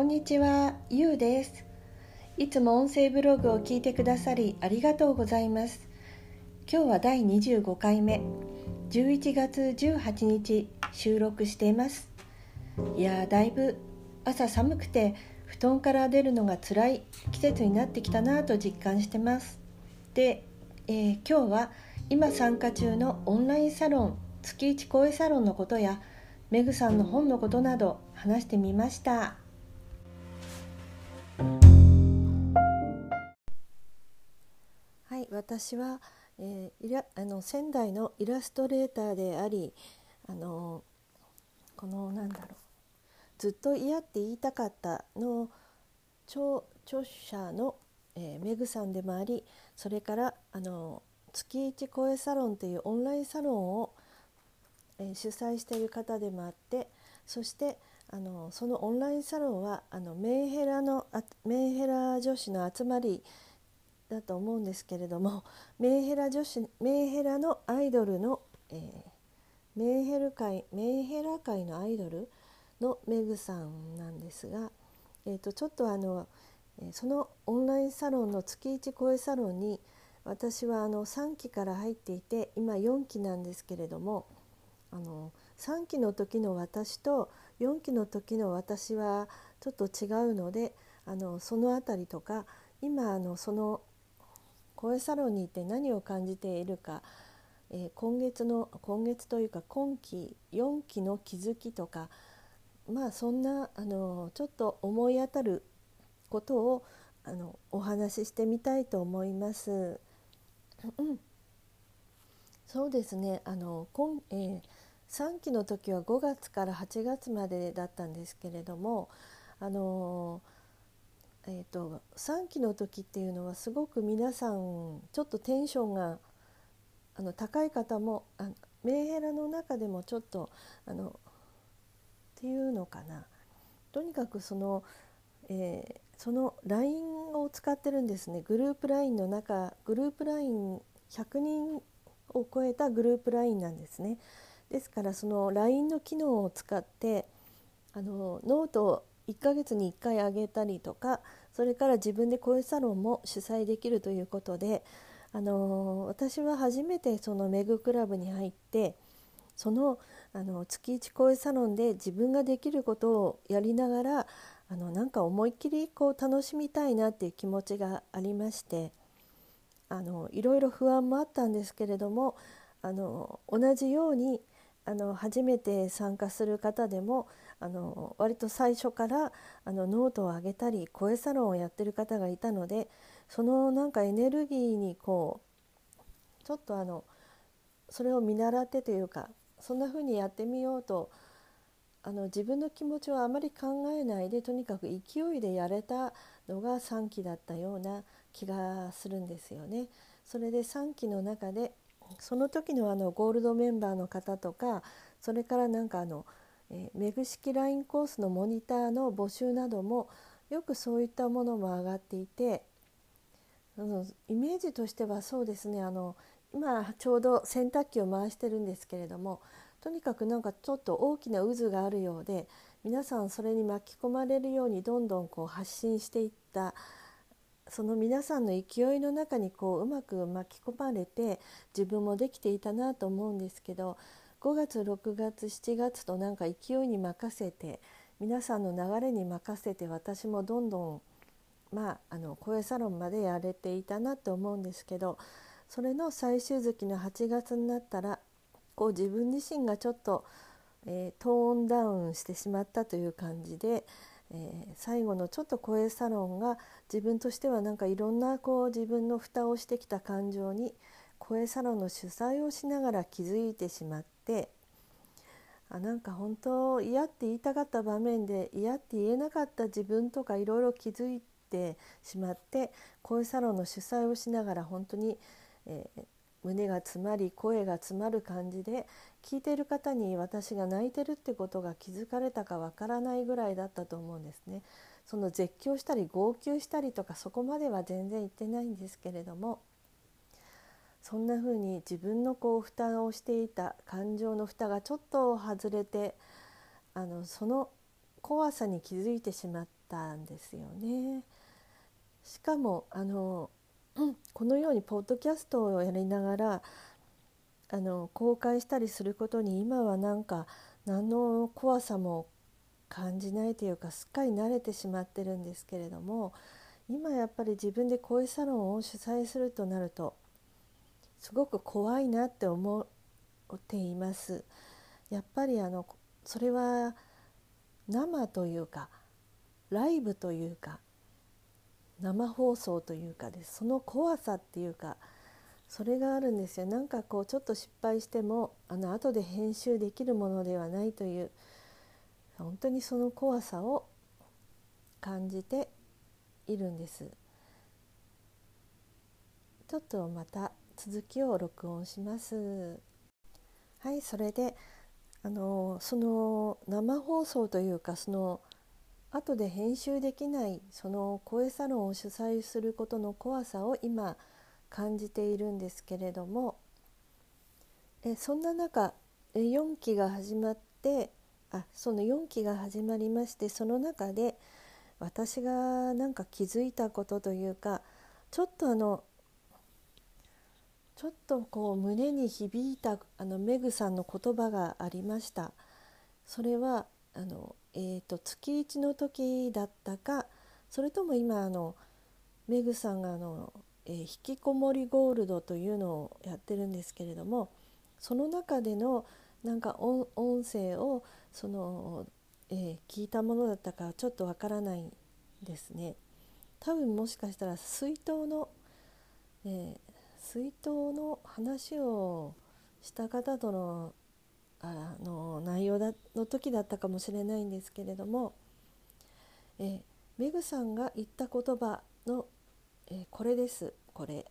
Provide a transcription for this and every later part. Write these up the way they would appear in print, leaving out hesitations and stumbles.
こんにちは、ゆうです。いつも音声ブログを聞いてくださりありがとうございます。今日は第25回目、11月18日収録しています。いやだいぶ朝寒くて布団から出るのが辛い季節になってきたなと実感してます。で、今日は今参加中のオンラインサロン月一声サロンのことやメグさんの本のことなど話してみました。はい、私は、仙台のイラストレーターであり、このずっと嫌って言いたかったの著者の、メグさんでもあり、それから月一声サロンというオンラインサロンを、主催している方でもあって、そしてそのオンラインサロンはメンヘラ女子の集まりだと思うんですけれども、メンヘラのアイドルの、メンヘラ界のアイドルのメグさんなんですが、ちょっとそのオンラインサロンの月一声サロンに私は3期から入っていて、今4期なんですけれども、3期の時の私と4期の時の私はちょっと違うので、そのあたりとか、今その声サロンに行って何を感じているか、今月というか今期4期の気づきとか、そんなちょっと思い当たることをお話ししてみたいと思います。そうですね、3期の時は5月から8月までだったんですけれども、3期の時っていうのはすごく皆さんちょっとテンションが高い方もメンヘラの中でもちょっとっていうのかな、とにかくその LINE を使ってるんですね。グループ LINE 100人を超えたグループ LINE なんですね。ですからその LINE の機能を使ってノートを1ヶ月に1回上げたりとか、それから自分で声サロンも主催できるということで、私は初めてそのメグクラブに入って、その月一声サロンで自分ができることをやりながらなんか思いっきり楽しみたいなっていう気持ちがありまして、いろいろ不安もあったんですけれども、同じように初めて参加する方でも割と最初からノートを上げたり声サロンをやってる方がいたので、そのなんかエネルギーにちょっとそれを見習ってというか、そんな風にやってみようと自分の気持ちをあまり考えないで、とにかく勢いでやれたのが3期だったような気がするんですよね。それで3期の中でその時のゴールドメンバーの方とか、それからメグ式 LINE コースのモニターの募集などもよくそういったものも上がっていて、イメージとしてはそうですね、今ちょうど洗濯機を回してるんですけれども、とにかくなんかちょっと大きな渦があるようで、皆さんそれに巻き込まれるようにどんどん発信していった、その皆さんの勢いの中にうまく巻き込まれて自分もできていたなと思うんですけど、5月6月7月となんか勢いに任せて、皆さんの流れに任せて、私もどんどん声サロンまでやれていたなと思うんですけど、それの最終月の8月になったら自分自身がちょっと、トーンダウンしてしまったという感じで、最後のちょっと声サロンが自分としてはなんかいろんな自分の蓋をしてきた感情に声サロンの主催をしながら気づいてしまって、なんか本当嫌って言いたかった場面で嫌って言えなかった自分とかいろいろ気づいてしまって、声サロンの主催をしながら本当に、胸が詰まり声が詰まる感じで、聞いている方に私が泣いてるってことが気づかれたかわからないぐらいだったと思うんですね。その絶叫したり号泣したりとかそこまでは全然言ってないんですけれども、そんな風に自分の蓋をしていた感情の蓋がちょっと外れて、その怖さに気づいてしまって、 ったんですよね。しかもこのようにポッドキャストをやりながら公開したりすることに今はなんか何の怖さも感じないというか、すっかり慣れてしまってるんですけれども、今やっぱり自分で声サロンを主催するとなるとすごく怖いなって思っています。やっぱりそれは生というかライブというか生放送というかです。その怖さっていうか、それがあるんですよ。なんかこうちょっと失敗しても後で編集できるものではないという、本当にその怖さを感じているんです。ちょっとまた続きを録音します。はい、それでその生放送というか、その後で編集できないその声サロンを主催することの怖さを今感じているんですけれども、そんな中4期が始まって、その4期が始まりまして、その中で私がなんか気づいたことというか、ちょっとこう胸に響いたメグさんの言葉がありました。それは月1の時だったか、それとも今メグさんが引きこもりゴールドというのをやってるんですけれども、その中でのなんか音声を聞いたものだったかちょっとわからないんですね。多分もしかしたら水筒の話をした方との内容の時だったかもしれないんですけれども、メグさんが言った言葉の、これです。これ、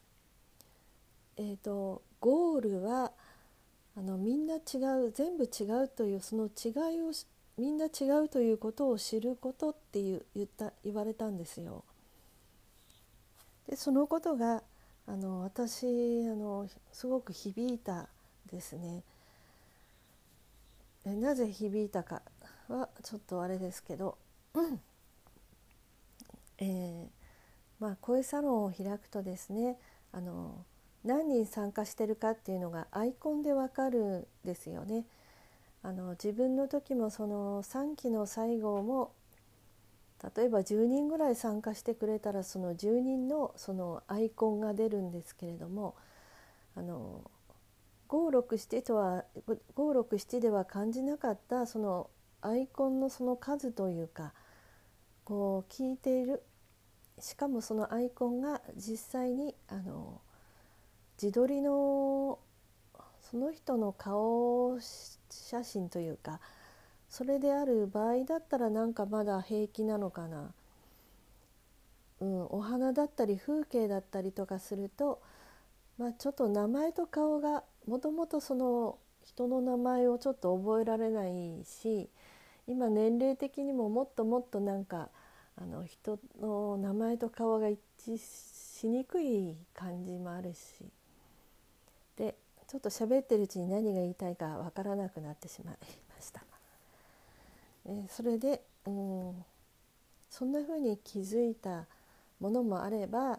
ゴールはみんな違う、全部違うという、その違いをみんな違うということを知ることって言われたんですよ。でそのことが私すごく響いたですね。なぜ響いたかはちょっとあれですけど、声サロンを開くとですね、何人参加してるかっていうのがアイコンでわかるんですよね。自分の時もその3期の最後も例えば10人ぐらい参加してくれたら、その10人のそのアイコンが出るんですけれども、567では感じなかったそのアイコンのその数というか、こう聞いている、しかもそのアイコンが実際に自撮りのその人の顔写真というか、それである場合だったらなんかまだ平気なのかな、お花だったり風景だったりとかすると、ちょっと名前と顔がもともとその人の名前をちょっと覚えられないし、今年齢的にももっともっとなんか人の名前と顔が一致しにくい感じもあるし、でちょっと喋ってるうちに何が言いたいかわからなくなってしまいました。それで、そんな風に気づいたものもあれば、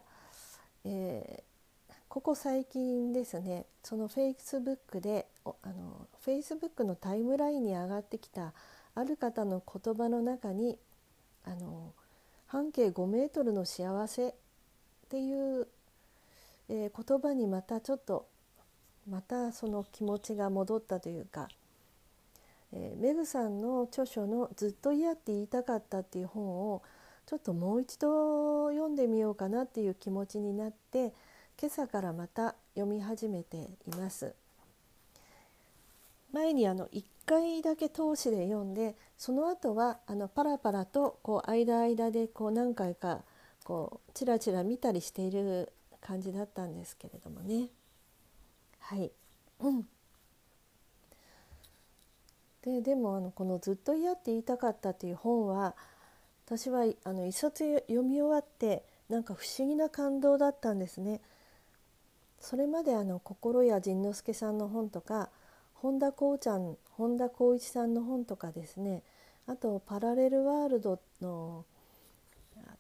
ここ最近ですね、その Facebook でFacebook のタイムラインに上がってきたある方の言葉の中に半径5メートルの幸せっていう、言葉にまたその気持ちが戻ったというか、メグさんの著書のずっと嫌って言いたかったっていう本をちょっともう一度読んでみようかなっていう気持ちになって、今朝からまた読み始めています。前に1回だけ通しで読んで、その後はパラパラとこう間でこう何回かこうチラチラ見たりしている感じだったんですけれどもね。はい、でもこのずっと嫌って言いたかったっていう本は、私は一冊読み終わってなんか不思議な感動だったんですね。それまで心谷仁之助さんの本とか本田光一さんの本とかですね、あとパラレルワールドの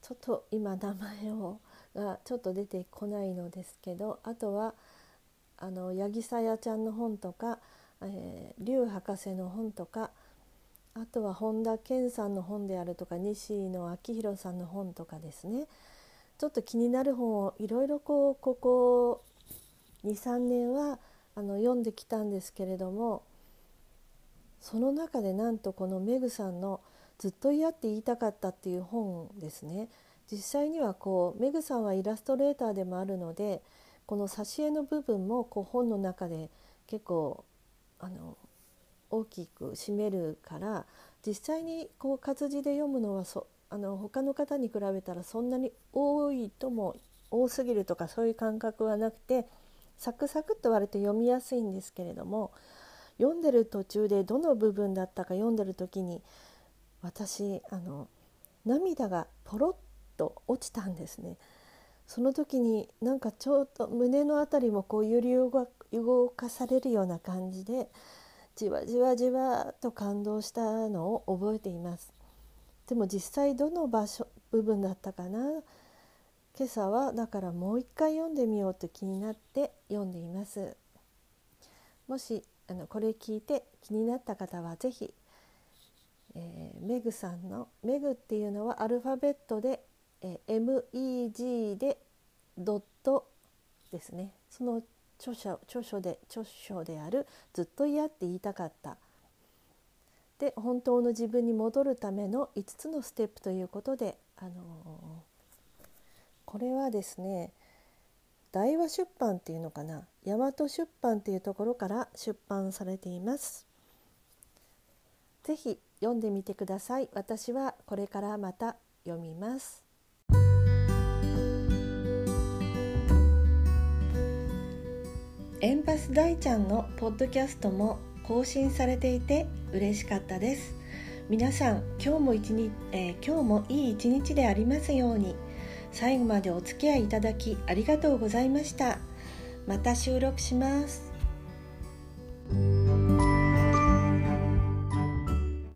ちょっと今名前がちょっと出てこないのですけど、あとは八木さやちゃんの本とか、劉博士の本とか、あとは本田健さんの本であるとか、西野昭弘さんの本とかですね、ちょっと気になる本をいろいろここ 2,3 年は読んできたんですけれども、その中でなんとこのメグさんのずっと嫌って言いたかったっていう本ですね。実際にはメグさんはイラストレーターでもあるので、この挿絵の部分も本の中で結構大きく占めるから、実際に活字で読むのは他の方に比べたらそんなに多すぎるとかそういう感覚はなくて、サクサクっと割れて読みやすいんですけれども、読んでる途中でどの部分だったか読んでる時に私涙がポロッと落ちたんですね。その時になんかちょっと胸のあたりも揺り動かされるような感じで、じわじわじわと感動したのを覚えています。でも実際どの部分だったかな、今朝はだからもう一回読んでみようと気になって読んでいます。もしこれ聞いて気になった方はぜひ、メグさんのメグっていうのはアルファベットで、MEG でドットですね。その著書であるずっと嫌って言いたかったで、本当の自分に戻るための5つのステップということで、これはですね、大和出版っていうのかな、大和出版っていうところから出版されています。ぜひ読んでみてください。私はこれからまた読みます。エンパス大ちゃんのポッドキャストも更新されていて嬉しかったです。皆さん今日もいい一日でありますように。最後までお付き合いいただきありがとうございました。また収録します。